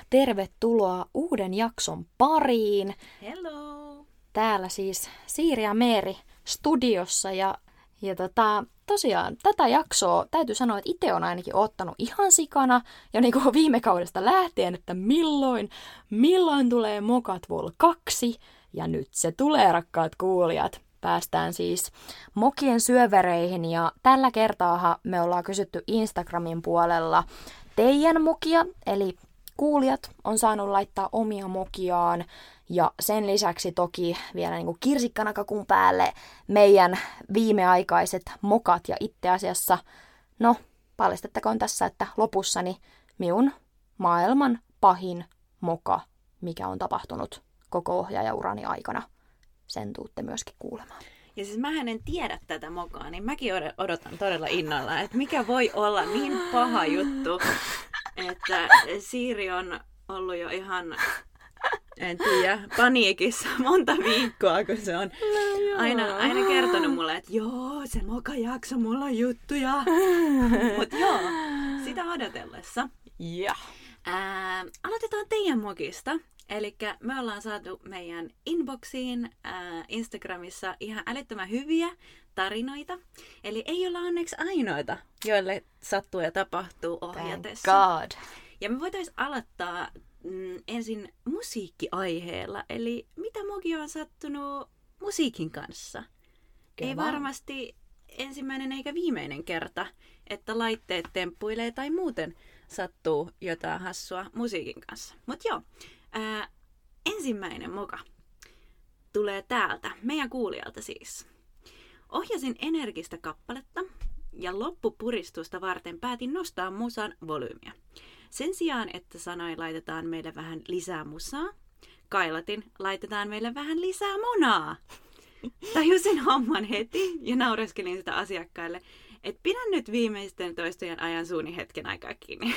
tervetuloa uuden jakson pariin. Hello! Täällä siis Siiri ja Meeri studiossa ja tosiaan tätä jaksoa täytyy sanoa, että itse on ainakin ottanut ihan sikana jo niin kuin viime kaudesta lähtien, että milloin tulee Mokat Vol 2 ja nyt se tulee, rakkaat kuulijat. Päästään siis mokien syövereihin ja tällä kertaa me ollaan kysytty Instagramin puolella teidän mokia, eli kuulijat on saanut laittaa omia mokiaan ja sen lisäksi toki vielä niin kuin kirsikkana kakun päälle meidän viimeaikaiset mokat ja itse asiassa, no paljastettakoon tässä, että lopussani minun maailman pahin moka, mikä on tapahtunut koko ohjaajaurani aikana. Sen tuutte myöskin kuulemaan. Ja siis mähän en tiedä tätä mokaa, niin mäkin odotan todella innolla, että mikä voi olla niin paha juttu, että Siiri on ollut jo ihan, en tiedä, paniikissa monta viikkoa, kun se on aina kertonut mulle, että joo, se mokajakso, mulla on juttuja. Mutta joo, sitä odotellessa. Yeah. Aloitetaan teidän mokista. Eli me ollaan saatu meidän inboxiin Instagramissa ihan älyttömän hyviä tarinoita. Eli ei olla onneksi ainoita, joille sattuu ja tapahtuu ohjatessa. Thank God. Ja me voitaisiin aloittaa ensin musiikkiaiheella. Eli mitä moki on sattunut musiikin kanssa? Kyllä. Ei varmasti ensimmäinen eikä viimeinen kerta, että laitteet temppuilee tai muuten sattuu jotain hassua musiikin kanssa. Mutta joo. Ensimmäinen moka tulee täältä, meidän kuulijalta siis. Ohjasin energistä kappaletta ja loppupuristusta varten päätin nostaa musan volyymiä. Sen sijaan, että sanoin laitetaan meille vähän lisää musaa, kailatin laitetaan meille vähän lisää monaa. Tajusin homman heti ja naureskelin sitä asiakkaille, että pidän nyt viimeisten toistojen ajan suuni hetken aikaa kiinni.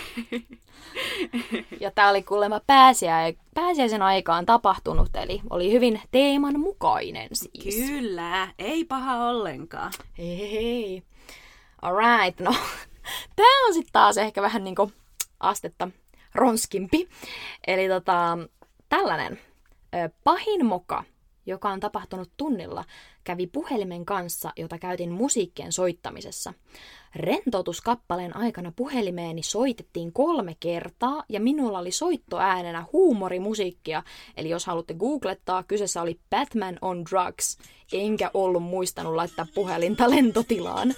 Ja tää oli kuulemma pääsiäisen aikaan tapahtunut, eli oli hyvin teeman mukainen siis. Kyllä, ei paha ollenkaan. Hei. Alright, no tää on sitten taas ehkä vähän niinku astetta ronskimpi. Eli tällainen pahin moka, joka on tapahtunut tunnilla, kävi puhelimen kanssa, jota käytin musiikkien soittamisessa. Rentoutuskappaleen aikana puhelimeeni soitettiin 3 kertaa ja minulla oli soittoäänenä huumorimusiikkia. Eli jos haluatte googlettaa, kyseessä oli Batman on Drugs. Enkä ollut muistanut laittaa puhelinta lentotilaan.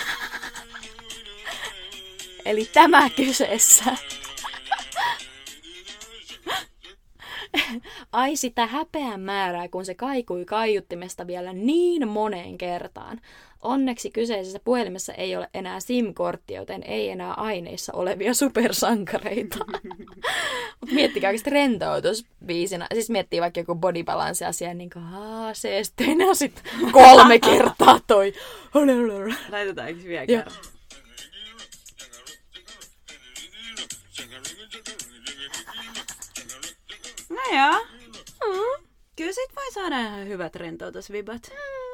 Eli tämä kyseessä. Ai sitä häpeän määrää, kun se kaikui kaiuttimesta vielä niin moneen kertaan. Onneksi kyseisessä puhelimessa ei ole enää SIM-kortti, joten ei enää aineissa olevia supersankareita. Mutta miettikää oikeasti rentoutusbiisinä. Siis miettii vaikka joku body balance-asia, niin kuin seesteinä ja sitten 3 kertaa toi. Laitetaanko vielä kerran? No joo. Kyllä sit voi saada ihan hyvät rentoutusvibat.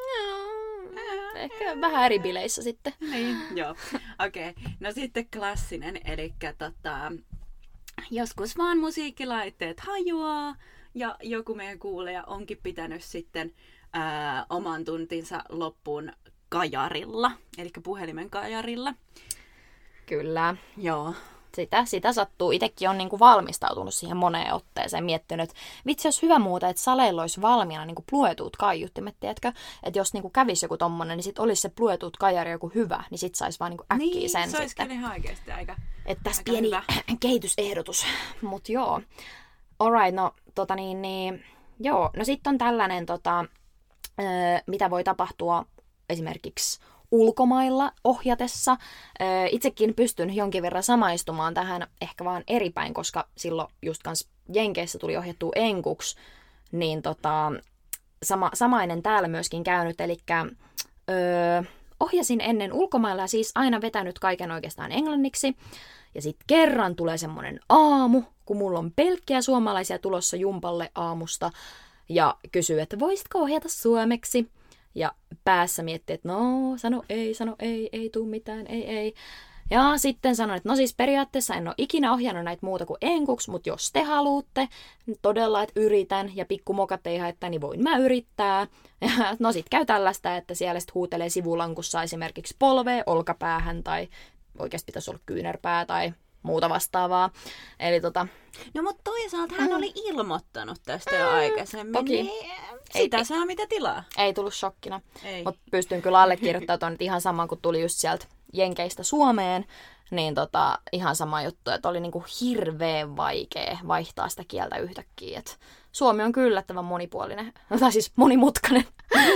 Ehkä vähän eri bileissä sitten. Niin, joo. Okei. No sitten klassinen, eli joskus vaan musiikkilaitteet hajoaa ja joku meidän kuulija onkin pitänyt sitten oman tuntinsa loppuun kajarilla, eli puhelimen kajarilla. Kyllä. Joo. Sitä sattuu. Itsekin on niinku valmistautunut siihen moneen otteeseen, miettinyt, että vitsi, jos hyvä muuta, että saleilla olisi valmiina niinku Bluetooth-kaiuttimet, tiedätkö? Että jos niinku kävisi joku tommonen, niin sit olisi se Bluetooth-kajari joku hyvä, niin sit saisi vaan niinku äkkiä niin, sen se sitten. Niin, se olisi oikeasti aika että tässä aika pieni hyvä kehitysehdotus. Mut joo. Alright, no joo. No sit on tällainen, mitä voi tapahtua esimerkiksi ulkomailla ohjatessa. Itsekin pystyn jonkin verran samaistumaan tähän ehkä vaan eri päin, koska silloin just kans Jenkeissä tuli ohjattua enkuksi, niin samainen täällä myöskin käynyt, eli ohjasin ennen ulkomailla ja siis aina vetänyt kaiken oikeastaan englanniksi. Ja sitten kerran tulee semmoinen aamu, kun mulla on pelkkiä suomalaisia tulossa jumpalle aamusta ja kysyy, että voisitko ohjata suomeksi? Ja päässä miettii, että no, sano ei tuu mitään, ei. Ja sitten sanoin, että no siis periaatteessa en ole ikinä ohjannut näitä muuta kuin enkuksi, mutta jos te haluatte todella, että yritän ja pikkumokat ei haittaa, niin voin mä yrittää. Ja no sit käy tällaista, että siellä sit huutelee sivulankussa esimerkiksi polvea, olkapäähän tai oikeasti pitäisi olla kyynärpää tai muuta vastaavaa. Eli No mutta toisaalta hän oli ilmoittanut tästä jo aikaisemmin, toki. Niin sitä saa mitä tilaa. Ei tullut shokkina, mutta pystyn kyllä allekirjoittamaan, että ihan sama kun tuli just sieltä Jenkeistä Suomeen, niin ihan sama juttu, että oli niinku hirveän vaikea vaihtaa sitä kieltä yhtäkkiä. Et suomi on kyllä yllättävän monipuolinen, tai siis monimutkainen.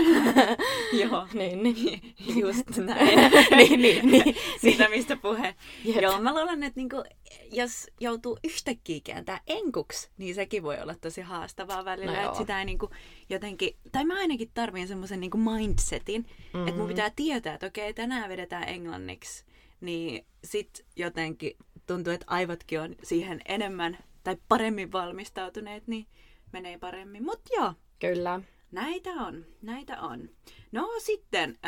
Joo, niin. Just näin. niin. Siitä mistä puhe. Jep. Joo, mä luulen, että niinku, jos joutuu yhtäkkiä kääntää enkuksi, niin sekin voi olla tosi haastavaa välillä. No että sitä ei niinku jotenkin, tai mä ainakin tarvitsen semmoisen niinku mindsetin, että mun pitää tietää, että okei, tänään vedetään englanniksi. Niin sit jotenkin tuntuu, että aivotkin on siihen enemmän tai paremmin valmistautuneet, niin menee paremmin. Mut joo. Kyllä. Näitä on. No sitten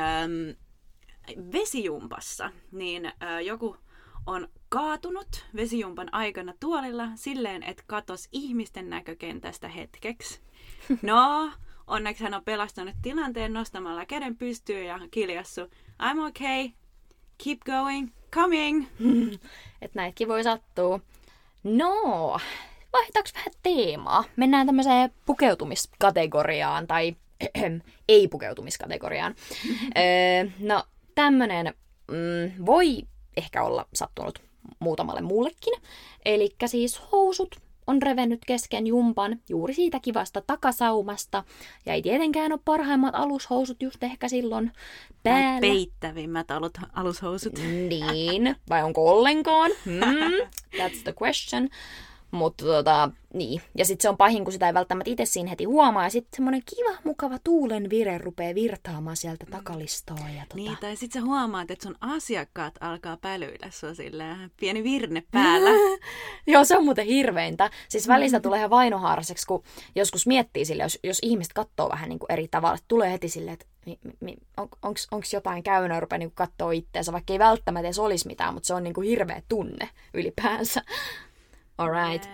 vesijumpassa, niin joku on kaatunut vesijumpan aikana tuolilla silleen, että katosi ihmisten näkökentästä hetkeksi. No, onneksi hän on pelastanut tilanteen nostamalla käden pystyyn ja kiljassu, I'm okay, keep going, coming. Että näitäkin voi sattua. No, vaihdetaanko vähän teemaa? Mennään tämmöiseen pukeutumiskategoriaan tai ei-pukeutumiskategoriaan. No, tämmönen voi ehkä olla sattunut muutamalle muullekin. Elikkä siis housut on revennyt kesken jumpan juuri siitä kivasta takasaumasta. Ja ei tietenkään ole parhaimmat alushousut just ehkä silloin päällä. Peittävimmät alushousut. Niin, vai onko ollenkaan? That's the question. Mutta niin. Ja sitten se on pahin, kun sitä ei välttämättä itse siinä heti huomaa. Ja sitten semmoinen kiva, mukava tuulen vire rupeaa virtaamaan sieltä takalistoa. Ja Niin, tai sitten sä huomaat, että sun asiakkaat alkaa pälyillä sua silleen pieni virne päällä. Joo, se on muuten hirveintä. Siis välistä tulee ihan vainoharseksi, kun joskus miettii sille, jos ihmiset katsoo vähän niin kuin eri tavalla. Että tulee heti silleen, että onko jotain käynyt ja rupeaa niin katsoa itseänsä, vaikka ei välttämättä edes olisi mitään, mutta se on niin kuin hirveä tunne ylipäänsä. Alright.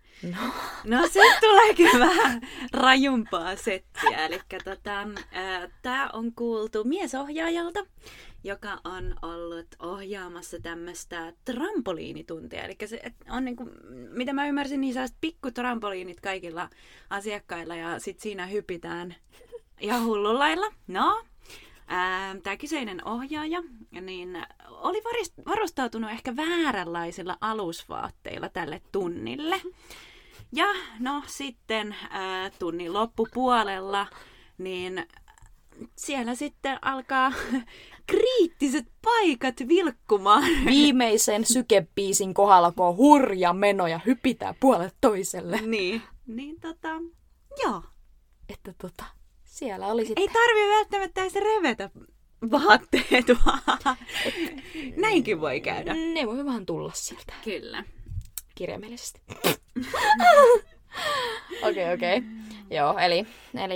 No se tulee kyllä vähän rajumpaa settiä. Eli tää on kuultu miesohjaajalta, joka on ollut ohjaamassa tämmöistä trampoliinituntia. Eli se on niinku, mitä mä ymmärsin, niin sellaiset pikkutrampoliinit kaikilla asiakkailla ja sit siinä hypitään ihan hullunlailla. No, tämä kyseinen ohjaaja niin oli varustautunut ehkä vääränlaisilla alusvaatteilla tälle tunnille. Ja no sitten tunnin loppupuolella niin siellä sitten alkaa kriittiset paikat vilkkumaan. Viimeisen sykebiisin kohdalla, kun on hurja meno ja hypitään puolet toiselle. Niin joo. Että siellä oli sitten... Ei tarvitse välttämättä edes revetä vaatteet, vaan näinkin voi käydä. Ne voi vähän tulla sieltä. Kyllä. Kirjaimellisesti. Okei. Joo, eli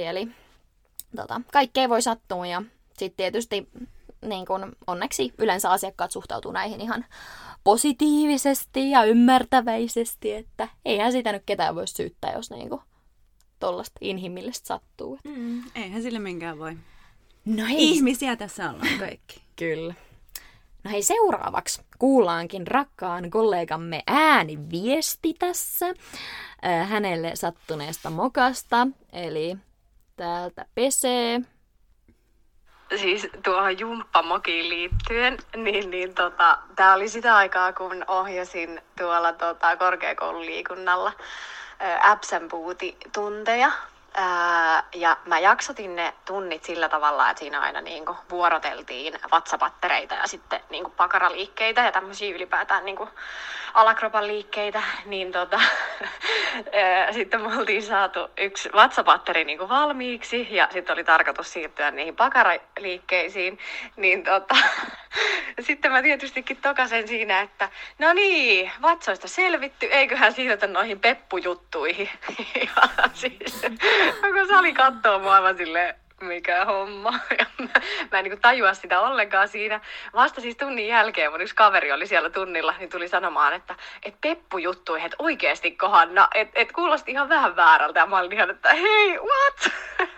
kaikkea voi sattua ja sitten tietysti niin kun onneksi yleensä asiakkaat suhtautuu näihin ihan positiivisesti ja ymmärtäväisesti, että eihän sitä nyt ketään voi syyttää, jos niinku tollaista inhimillistä sattuu. Eihän sille minkään voi. No hei. Ihmisiä tässä ollaan kaikki. Kyllä. No hei, seuraavaksi kuullaankin rakkaan kollegamme ääniviesti tässä hänelle sattuneesta mokasta. Eli täältä pesee. Siis tuohon jumppamokiin liittyen, tää oli sitä aikaa, kun ohjasin tuolla korkeakoululiikunnalla absent booty-tunteja. Ja mä jaksotin ne tunnit sillä tavalla, että siinä aina niinku vuoroteltiin vatsapattereita ja sitten niinku pakaraliikkeitä ja tämmöisiä ylipäätään niinku alakropan liikkeitä. Niin sitten me oltiin saatu yksi vatsapatteri niinku valmiiksi ja sitten oli tarkoitus siirtyä niihin pakaraliikkeisiin. Niin sitten mä tietystikin tokasen siinä, että no niin, vatsoista selvitty, eiköhän siirrytä noihin peppujuttuihin. Ja siis koko sali kattoo mua aivan silleen, mikä homma. Ja mä en niin kuin tajua sitä ollenkaan siinä. Vasta siis tunnin jälkeen mun yksi kaveri oli siellä tunnilla, niin tuli sanomaan, että Peppu juttui, että oikeesti Hanna, että kuulosti ihan vähän väärältä. Ja mä olin ihan, että hei, what?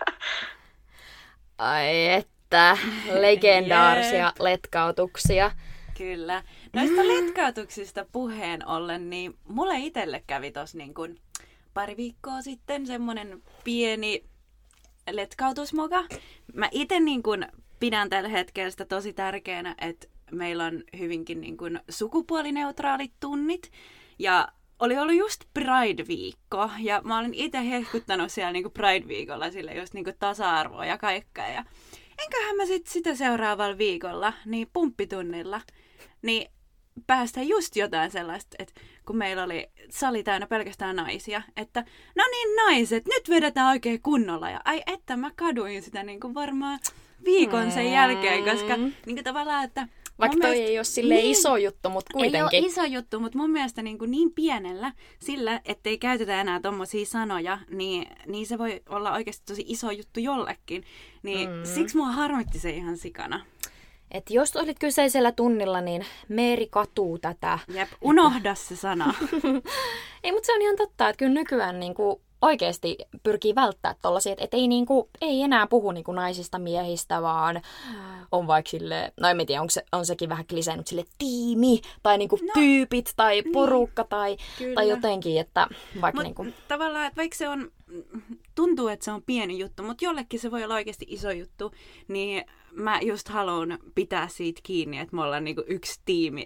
Ai että, legendaarisia letkautuksia. Kyllä. Noista letkautuksista puheen ollen, niin mulle itselle kävi tossa niin kuin pari viikkoa sitten semmonen pieni letkautusmoka. Mä itse niin kuin pidän tällä hetkellä sitä tosi tärkeänä, että meillä on hyvinkin niin kuin sukupuolineutraalit tunnit. Ja oli ollut just Pride-viikko, ja mä olin itse hehkuttanut siellä niin kuin Pride-viikolla sille just niin kuin tasa-arvoa ja kaikkea. Ja enköhän mä sitä seuraavalla viikolla, niin pumppitunnilla, niin päästä just jotain sellaista, että kun meillä oli sali täynnä pelkästään naisia, että no niin naiset, nyt vedetään oikein kunnolla. Ja ai että mä kaduin sitä niin kuin varmaan viikon sen jälkeen, koska niin kuin tavallaan, että vaikka toi ei ole silleen iso juttu, mutta kuitenkin. Ei ole iso juttu, mutta mun mielestä niin pienellä sillä, ettei käytetä enää tommosia sanoja, niin se voi olla oikeasti tosi iso juttu jollekin. Niin siksi mua harmitti se ihan sikana. Et jos olit kyseisellä tunnilla, niin Meeri katuu tätä. Jep, unohda se sana. Ei, mutta se on ihan totta, että kyllä nykyään niinku oikeasti pyrkii välttämään tollaisia, että ei enää puhu niinku naisista miehistä, vaan on vaikka sille, no en tiedä, on sekin vähän klisee, mutta sille tiimi, tai niinku tyypit, tai porukka, tai jotenkin, että vaikka niinku tavallaan, että vaikka se on, tuntuu, että se on pieni juttu, mutta jollekin se voi olla oikeasti iso juttu, niin mä just haluan pitää siitä kiinni, että me ollaan niinku yksi tiimi,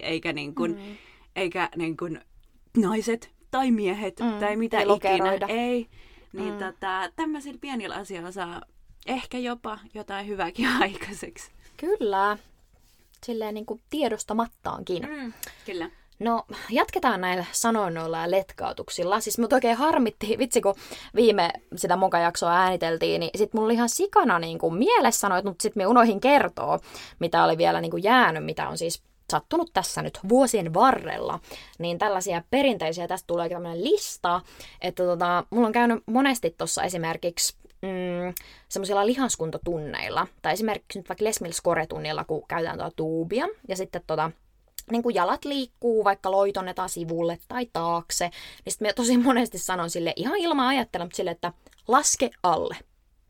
eikä naiset tai miehet tai mitä ikinä. Ei. Niin tämmöisillä pienillä asioilla saa ehkä jopa jotain hyvääkin aikaiseksi. Kyllä. Silleen niin kuin tiedostamattaankin. Kyllä. No, jatketaan näillä sanoinnoilla ja letkautuksilla. Siis mut oikein harmitti, vitsi kun viime sitä mokajaksoa ääniteltiin, niin sit mulla oli ihan sikana niin kuin mielessä sanoit, mutta sit me unohin kertoa, mitä oli vielä niin kuin jäänyt, mitä on siis sattunut tässä nyt vuosien varrella. Niin tällaisia perinteisiä, tästä tulee tämmöinen lista, että mulla on käynyt monesti tuossa esimerkiksi semmoisilla lihaskuntotunneilla, tai esimerkiksi nyt vaikka Les Mills Core-tunnilla, kun käytetään tuubia, ja sitten niin kun jalat liikkuu, vaikka loitonnetaan sivulle tai taakse, niin sitten mä tosi monesti sanon sille ihan ilman ajattelemaan, mutta sille, että laske alle.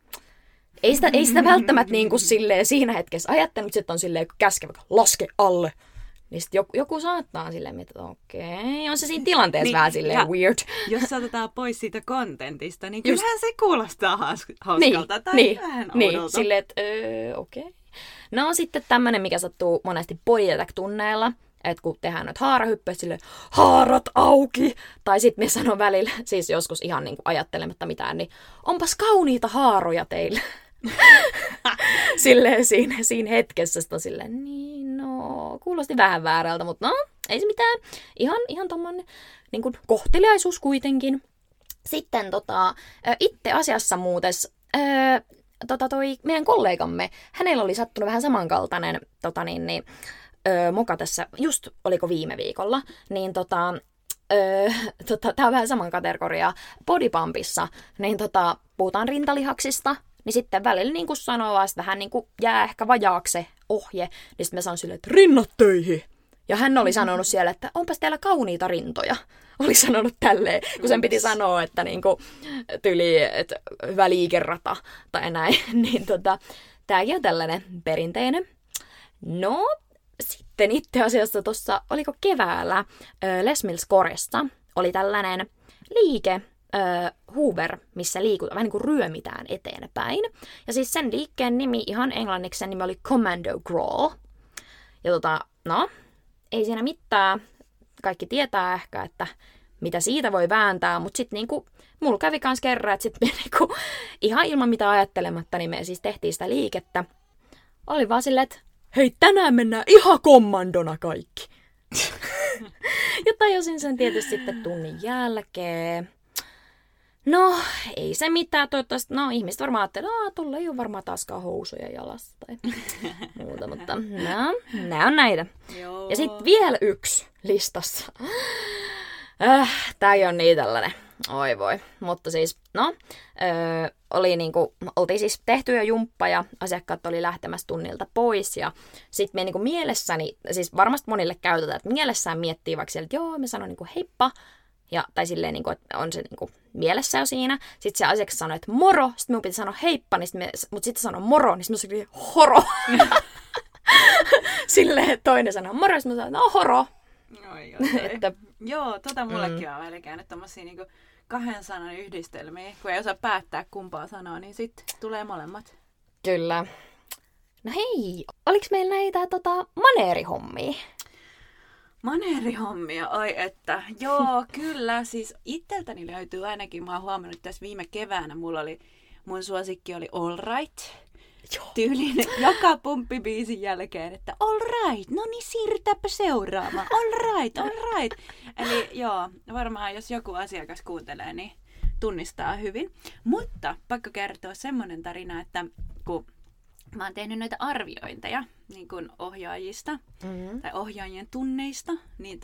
Ei sitä välttämättä niin kuin silleen siinä hetkessä ajattele, mutta sitten on silleen käskevä, laske alle. Niin sitten joku saattaa silleen, että okei, on se siinä tilanteessa niin, vähän silleen weird. Jos otetaan pois siitä kontentista, niin kyllähän se kuulostaa hauskalta tai vähän oudolta. Niin, silleen, että okei. No sitten tämmönen, mikä sattuu monesti body attack-tunneilla, että kun tehdään noita haarahyppyjä, silleen haarat auki, tai sitten me sanon välillä, siis joskus ihan niin kuin ajattelematta mitään, niin onpas kauniita haaroja teillä. Silleen siinä hetkessä sitä silleen, niin no, kuulosti vähän väärältä, mutta no, ei se mitään. Ihan tommonen niin kuin kohteliaisuus kuitenkin. Sitten itse asiassa muutes, toi meidän kollegamme, hänellä oli sattunut vähän samankaltainen moka tässä, just oliko viime viikolla, niin tää on vähän saman kategoriaa bodypumpissa, niin puhutaan rintalihaksista, niin sitten välillä niin kuin sanoo vaan, vähän niin kuin jää ehkä vajaaksi se ohje, niin sitten mä sanon silleen, että rinnat töihin. Ja hän oli sanonut siellä, että onpas teillä kauniita rintoja. Oli sanonut tälleen, kun sen piti sanoa, että niinku, tyli, että hyvä liikerata tai näin. Niin tääkin on tällainen perinteinen. No, sitten itse asiassa tuossa, oliko keväällä Les Mills Coressa, oli tällainen liike, Hoover, missä liikutaan, vähän niin kuin ryömitään eteenpäin. Ja siis sen liikkeen nimi, ihan englanniksi sen nimi oli Commando Crawl. Ja no, ei siinä mitään. Kaikki tietää ehkä, että mitä siitä voi vääntää, mutta sitten niinku, mulla kävi kans kerran, että sitten niinku, ihan ilman mitään ajattelematta, niin me siis tehtiin sitä liikettä. Oli vaan silleen, että hei, tänään mennään ihan kommandona kaikki. Ja tajusin sen tietysti sitten tunnin jälkeen. No, ei se mitään. Toivottavasti, ihmiset varmaan ajattelee, että tuolla ei ole varmaan taaskaan housuja jalassa tai muuta, mutta nämä on näitä. Joo. Ja sitten vielä yksi listassa. Tää on niin tällainen Oi voi. Mutta siis, oltiin siis tehty jo jumppa ja asiakkaat oli lähtemässä tunnilta pois. Ja sitten me niinku mielessäni, siis varmasti monille käytetään, että mielessään miettii vaikka siellä, että joo, me sanon niinku heippa. Tai silleen, niinku, että on se niinku mielessä jo siinä. Sitten se asiakas sanoi, että moro. Sitten minun piti sanoa heippa, mutta sitten sanoi moro, niin sitten minun sanoi horo. Silleen toinen sanoi moro, ja sitten minä sanoin, no horo. Oi. Että, joo, mullekin on välillä käynyt tommosia niinku 2 sanan yhdistelmiä. Kun ei osaa päättää kumpaa sanoa, niin sitten tulee molemmat. Kyllä. No hei, oliko meillä näitä maneerihommia? Maneerihommia, ai että. Joo, kyllä. Siis itseltäni löytyy ainakin, mä oon huomannut tässä viime keväänä, mun suosikki oli All Right. Tyylinen joka pumppibiisin jälkeen, että all right, no niin siirrytäänpä seuraamaan, all right. Eli joo, varmaan jos joku asiakas kuuntelee, niin tunnistaa hyvin. Mutta pakko kertoa semmoinen tarina, että kun mä oon tehnyt noita arviointeja niin kuin ohjaajista tai ohjaajien tunneista, niin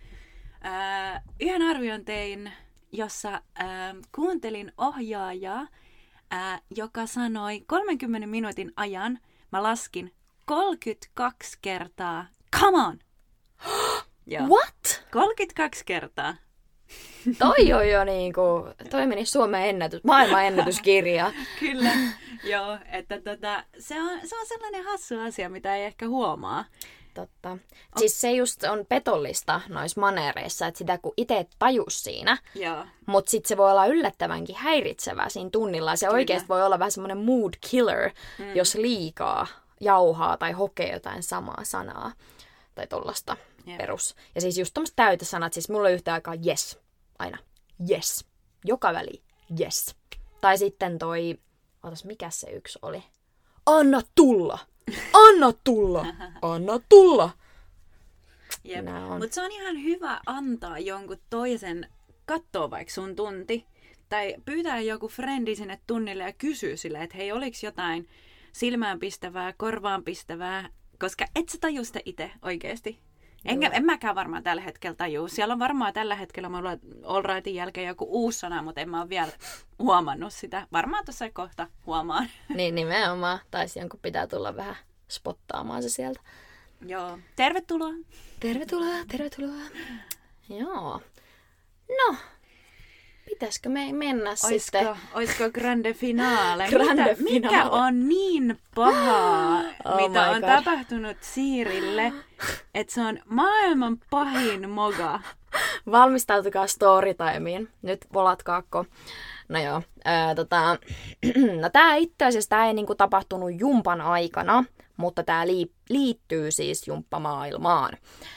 yhden arvion tein, jossa kuuntelin ohjaajaa, joka sanoi 30 minuutin ajan, mä laskin 32 kertaa, come on! What? 32 kertaa. Toi on jo niinku, toi meni Suomen maailman ennätyskirja. Kyllä, joo, että se on sellainen hassu asia, mitä ei ehkä huomaa. Totta. Siis se just on petollista noissa maneereissa, että sitä kun itse tajus siinä, mutta sitten se voi olla yllättävänkin häiritsevää siinä tunnilla. Se oikeasti voi olla vähän semmoinen mood killer, jos liikaa jauhaa tai hokee jotain samaa sanaa tai tollasta perus. Ja siis just tommoset täytesanat, siis mulla on yhtä aikaa yes, aina yes, joka väli yes. Tai sitten mikä se yksi oli? Anna tulla! Anna tulla! Anna tulla! Mutta se on ihan hyvä antaa jonkun toisen katsoa vaikka sun tunti. Tai pyytää joku frendi sinne tunnille ja kysyä sille, että hei, oliks jotain silmäänpistävää, korvaanpistävää, koska et sä tajua sitä itse oikeesti. En mäkään varmaan tällä hetkellä tajuu. Siellä on varmaan tällä hetkellä mulla All Rightin jälkeen joku uusi sana, mutta en mä ole vielä huomannut sitä. Varmaan tuossa kohta huomaan. Niin, nimenomaan. Tai jonkun pitää tulla vähän spottaamaan se sieltä. Joo. Tervetuloa. Tervetuloa. Joo. No, pitäisikö me mennä sitten? Oisko grande finale? Mikä on niin pahaa, mitä on tapahtunut Siirille, että se on maailman pahin moga? Valmistautukaa storytimeen. Nyt volatkaakko. No joo. No tää itse asiassa tää ei niinku tapahtunut jumpan aikana, mutta tää liittyy siis jumppamaailmaan.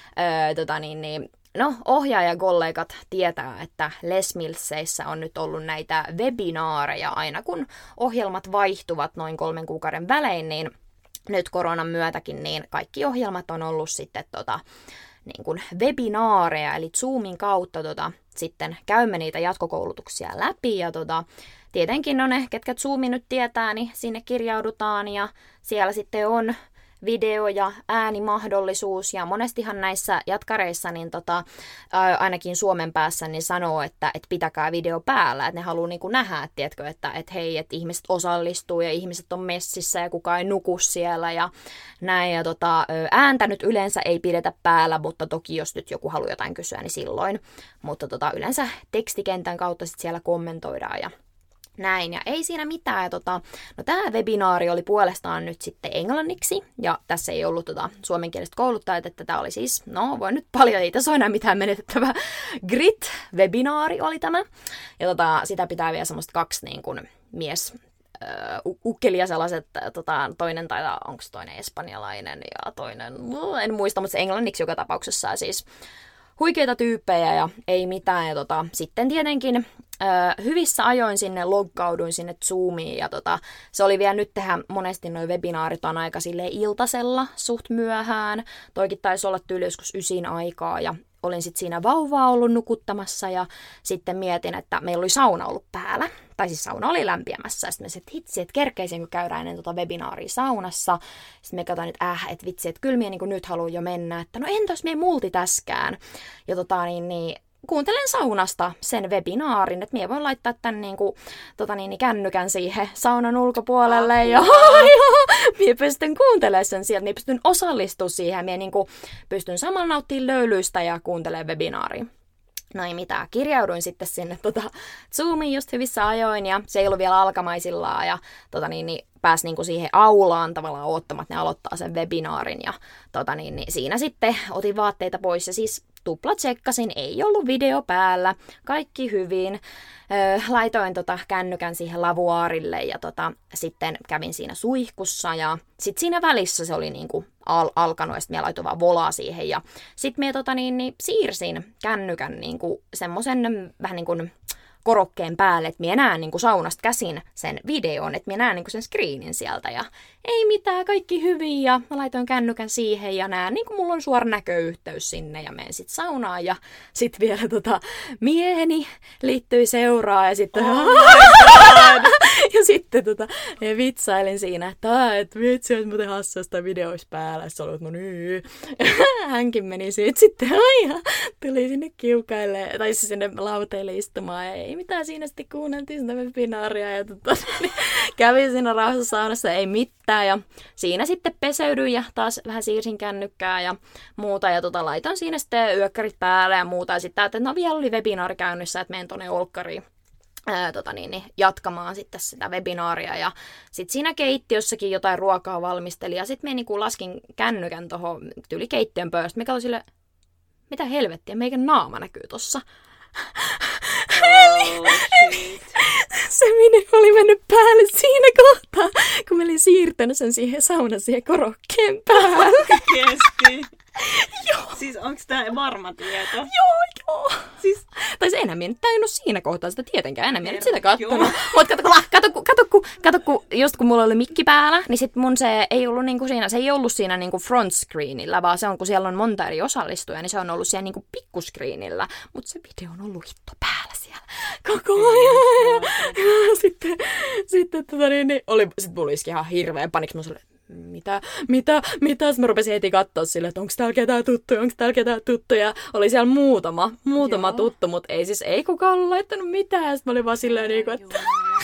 No, ohjaajakollegat tietää, että Les Millseissä on nyt ollut näitä webinaareja aina, kun ohjelmat vaihtuvat noin 3 kuukauden välein, niin nyt koronan myötäkin niin kaikki ohjelmat on ollut sitten niin kuin webinaareja, eli Zoomin kautta sitten käymme niitä jatkokoulutuksia läpi, ja tietenkin no ne, ketkä Zoomin nyt tietää, niin sinne kirjaudutaan, ja siellä sitten on video- ja äänimahdollisuus, ja monestihan näissä jatkareissa, niin ainakin Suomen päässä, niin sanoo, että pitäkää video päällä, että ne haluaa niin kuin nähdä, että hei, että ihmiset osallistuu, ja ihmiset on messissä, ja kukaan ei nuku siellä, ja näin, ja ääntä nyt yleensä ei pidetä päällä, mutta toki jos nyt joku haluaa jotain kysyä, niin silloin, mutta yleensä tekstikentän kautta sit siellä kommentoidaan, ja näin, ja ei siinä mitään. No tämä webinaari oli puolestaan nyt sitten englanniksi, ja tässä ei ollut suomenkielistä kouluttajat, että tämä oli siis, no voi nyt paljon, ei tässä ole enää mitään menetettävää. Grit-webinaari oli tämä, ja sitä pitää vielä semmoista 2 niin kuin ukkelia sellaiset, toinen taitaa, onko toinen espanjalainen, ja toinen, en muista, mutta se englanniksi joka tapauksessa, siis huikeita tyyppejä ja ei mitään, ja sitten tietenkin hyvissä ajoin sinne loggauduin sinne Zoomiin, ja se oli vielä nyt tehdä monesti nuo webinaarit on aika silleen iltasella suht myöhään, toikin taisi olla tyyli joskus 9 aikaa, ja olin sitten siinä vauvaa ollut nukuttamassa, ja sitten mietin, että meillä oli sauna ollut päällä, tai siis sauna oli lämpiämässä, ja sitten mä hitsi, että kerkeisin, kun käydään ennen webinaaria saunassa, sitten me katsoin, että vitsi, että kyllä minä niin nyt haluan jo mennä, että no entäs me multitaskään, ja kuuntelen saunasta sen webinaarin, että minä voin laittaa tämän kännykän siihen saunan ulkopuolelle ja minä pystyn kuuntelemaan sen sieltä, minä pystyn osallistumaan siihen, minä pystyn samalla nauttimaan löylyistä ja kuuntelemaan webinaaria. No ei mitään, kirjauduin sitten sinne Zoomiin just hyvissä ajoin ja se ei ollut vielä alkamaisillaan ja pääsi siihen aulaan tavallaan oottamaan, että ne aloittaa sen webinaarin ja siinä sitten otin vaatteita pois ja siis tupla tsekkasin, ei ollut video päällä, kaikki hyvin. Laitoin kännykän siihen lavuaarille ja sitten kävin siinä suihkussa ja sitten siinä välissä se oli alkanut ja sitten minä laitoin vaan volaa siihen ja sitten minä siirsin kännykän semmoisen vähän korokkeen päälle, että minä näen saunasta käsin sen videon, että minä näen sen screenin sieltä ja ei mitään, kaikki hyvin ja mä laitoin kännykän siihen ja näen, mulla on suora näköyhteys sinne ja menen sitten saunaan ja sitten vielä mieheni liittyi seuraan ja sitten ja sitten vitsailin siinä, että vitsi, olisi muuten hassasta videoissa päällä. Sitten oli, että no niin. Hänkin meni siitä sitten tuli sinne kiukaille, tai sinne lauteille istumaan. Ei mitään, siinä sitten kuunneltiin sitä webinaaria ja kävin siinä rauhassa saunassa, ei mitään. Ja siinä sitten peseydyin ja taas vähän siirsin kännykkää ja muuta. Ja laitoin siinä sitten yökkärit päälle ja muuta. Ja sitten ajattelin, että vielä oli webinaari käynnissä, että menen tuonne olkkariin. Jatkamaan sitten sitä webinaaria ja sitten siinä keittiössäkin jotain ruokaa valmistelin ja sitten me laskin kännykän tuohon tyyli keittiön pöydästä. Me katsoin sille, mitä helvettiä, meikän naama näkyy tossa. Se oli mennyt päälle siinä kohtaa, kun mä olin siirtänyt sen siihen saunan siihen korokkeen päälle. Kesti. Joo. Siis onks tää varma tieto? Joo. Siis, tai se enää minä tajunnut siinä kohtaa sitä tietenkään, enää minä nyt sitä kattonut. Mutta kato, kun just kun mulla oli mikki päällä, niin sit mun se ei ollut siinä, se ei ollut siinä front screenillä, vaan se on, kun siellä on monta eri osallistujaa, niin se on ollut siellä pikkuscreenillä. Mutta se video on ollut hitto päällä siellä koko ajan. Ja sitten sit mulla olisikin ihan hirveä panikki, mä mitä? Sitten mä rupesin heti katsoa sille, että onko täällä ketään tuttuja. Oli siellä muutama tuttu, mutta ei kukaan ollut laittanut mitään. Sitten mä olin vaan silleen että...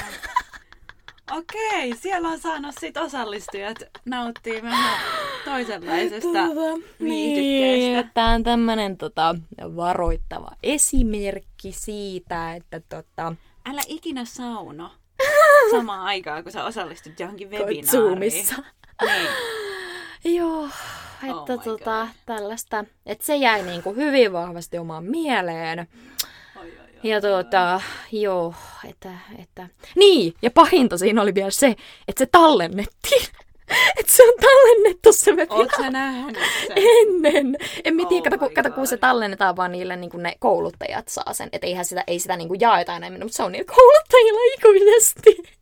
Okei, siellä on saanut sit osallistujat nauttia vähän toisenlaisesta viihdykkeestä. Niin, tää on tämmönen varoittava esimerkki siitä, että Älä ikinä sauno samaan aikaan, kun sä osallistut johonkin webinaariin. Zoomissa. Niin. Joo, että tällaista, että se jäi hyvin vahvasti omaan mieleen. Ja joo, että... Niin, ja pahinta siinä oli vielä se, että se tallennettiin. Että se on tallennettu se webinaari. Ootko sä nähnyt sen? Ennen. En mä tiedä, kato kun se tallennetaan vaan niille ne kouluttajat saa sen. Että ei sitä jaeta enemmän, mutta se on niillä kouluttajilla ikuisesti.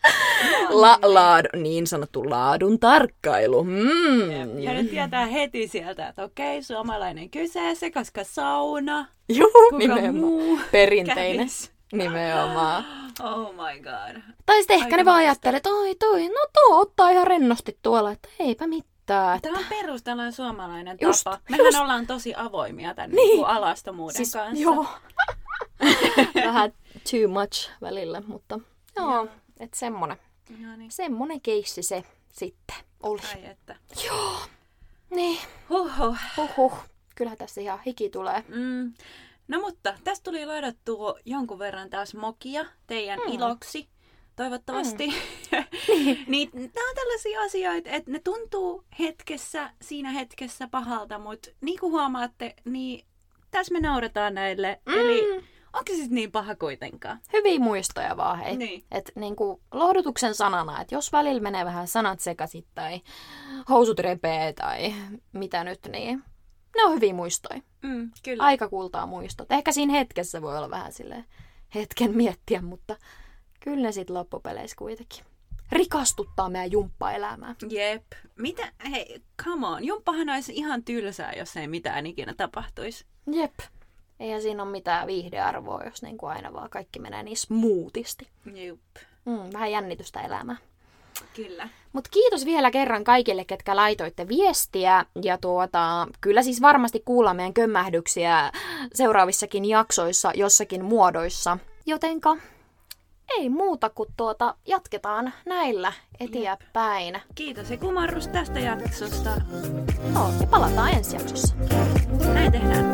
Niin sanottu laadun tarkkailu. Ja ne tietää heti sieltä, että okei, suomalainen kyseessä, koska sauna. Joo, kuka nimenomaan. Muu Perinteinen. kävis. Nimenomaan. Oh my god. Tai sitten ehkä ne vaan ajattelee, että tuo ottaa ihan rennosti tuolla, että eipä mitään. Tämä on tällainen suomalainen Just, tapa. Mehän ollaan tosi avoimia tämän alastomuuden kanssa. Joo. Vähän too much välillä, mutta joo. Että semmonen keissi se sitten oli. Ai että. Joo. Niin. Huhhuh. Kyllähän tässä ihan hiki tulee. No mutta tästä tuli ladattua jonkun verran taas mokia teidän iloksi. Toivottavasti. Niin, nämä on tällaisia asioita, että ne tuntuu siinä hetkessä pahalta, mutta niin kuin huomaatte, niin tässä me naurataan näille. Eli onko se sitten niin paha kuitenkaan? Hyviä muistoja vaan, hei. Niin. Että lohdutuksen sanana, että jos välillä menee vähän sanat sekaisin tai housut repee tai mitä nyt, niin ne on hyviä muistoja. Kyllä. Aika kultaa muistot. Ehkä siinä hetkessä voi olla vähän silleen hetken miettiä, mutta kyllä ne sitten loppupeleissä kuitenkin rikastuttaa meidän jumppaelämää. Jep. Mitä? Hei, come on. Jumppahan olisi ihan tylsää, jos ei mitään ikinä tapahtuisi. Jep. Eihän siinä ole mitään viihdearvoa, jos aina vaan kaikki menee niin smoothisti. Jep. Vähän jännitystä elämää. Kyllä. Mutta kiitos vielä kerran kaikille, ketkä laitoitte viestiä. Ja kyllä siis varmasti kuullaan meidän kömmähdyksiä seuraavissakin jaksoissa jossakin muodoissa. Jotenka ei muuta kuin jatketaan näillä eteenpäin. Kiitos ja kumarrus tästä jaksosta. Ja palataan ensi jaksossa. Näin tehdään.